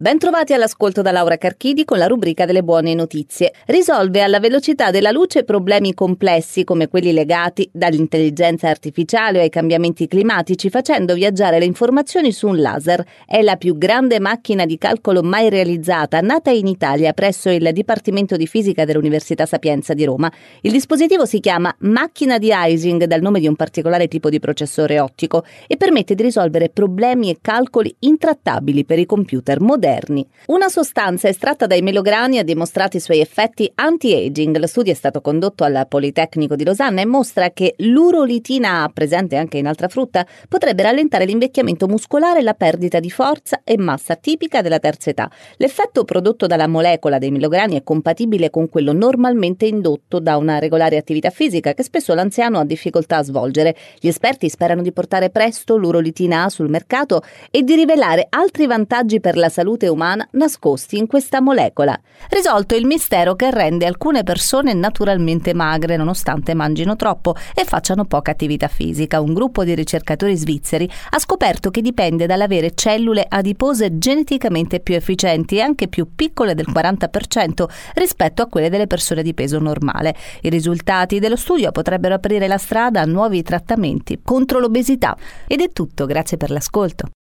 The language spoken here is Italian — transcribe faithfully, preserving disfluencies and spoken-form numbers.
Bentrovati all'ascolto da Laura Carchidi con la rubrica delle buone notizie. Risolve alla velocità della luce problemi complessi come quelli legati dall'intelligenza artificiale ai cambiamenti climatici, facendo viaggiare le informazioni su un laser. È la più grande macchina di calcolo mai realizzata, nata in Italia presso il Dipartimento di Fisica dell'Università Sapienza di Roma. Il dispositivo si chiama macchina di Ising, dal nome di un particolare tipo di processore ottico, e permette di risolvere problemi e calcoli intrattabili per i computer moderni. Una sostanza estratta dai melograni ha dimostrato i suoi effetti anti-aging. Lo studio è stato condotto al Politecnico di Losanna e mostra che l'urolitina A, presente anche in altra frutta, potrebbe rallentare l'invecchiamento muscolare e la perdita di forza e massa tipica della terza età. L'effetto prodotto dalla molecola dei melograni è compatibile con quello normalmente indotto da una regolare attività fisica che spesso l'anziano ha difficoltà a svolgere. Gli esperti sperano di portare presto l'urolitina A sul mercato e di rivelare altri vantaggi per la salute umana nascosti in questa molecola. Risolto il mistero che rende alcune persone naturalmente magre nonostante mangino troppo e facciano poca attività fisica. Un gruppo di ricercatori svizzeri ha scoperto che dipende dall'avere cellule adipose geneticamente più efficienti e anche più piccole del quaranta per cento rispetto a quelle delle persone di peso normale. I risultati dello studio potrebbero aprire la strada a nuovi trattamenti contro l'obesità. Ed è tutto, grazie per l'ascolto.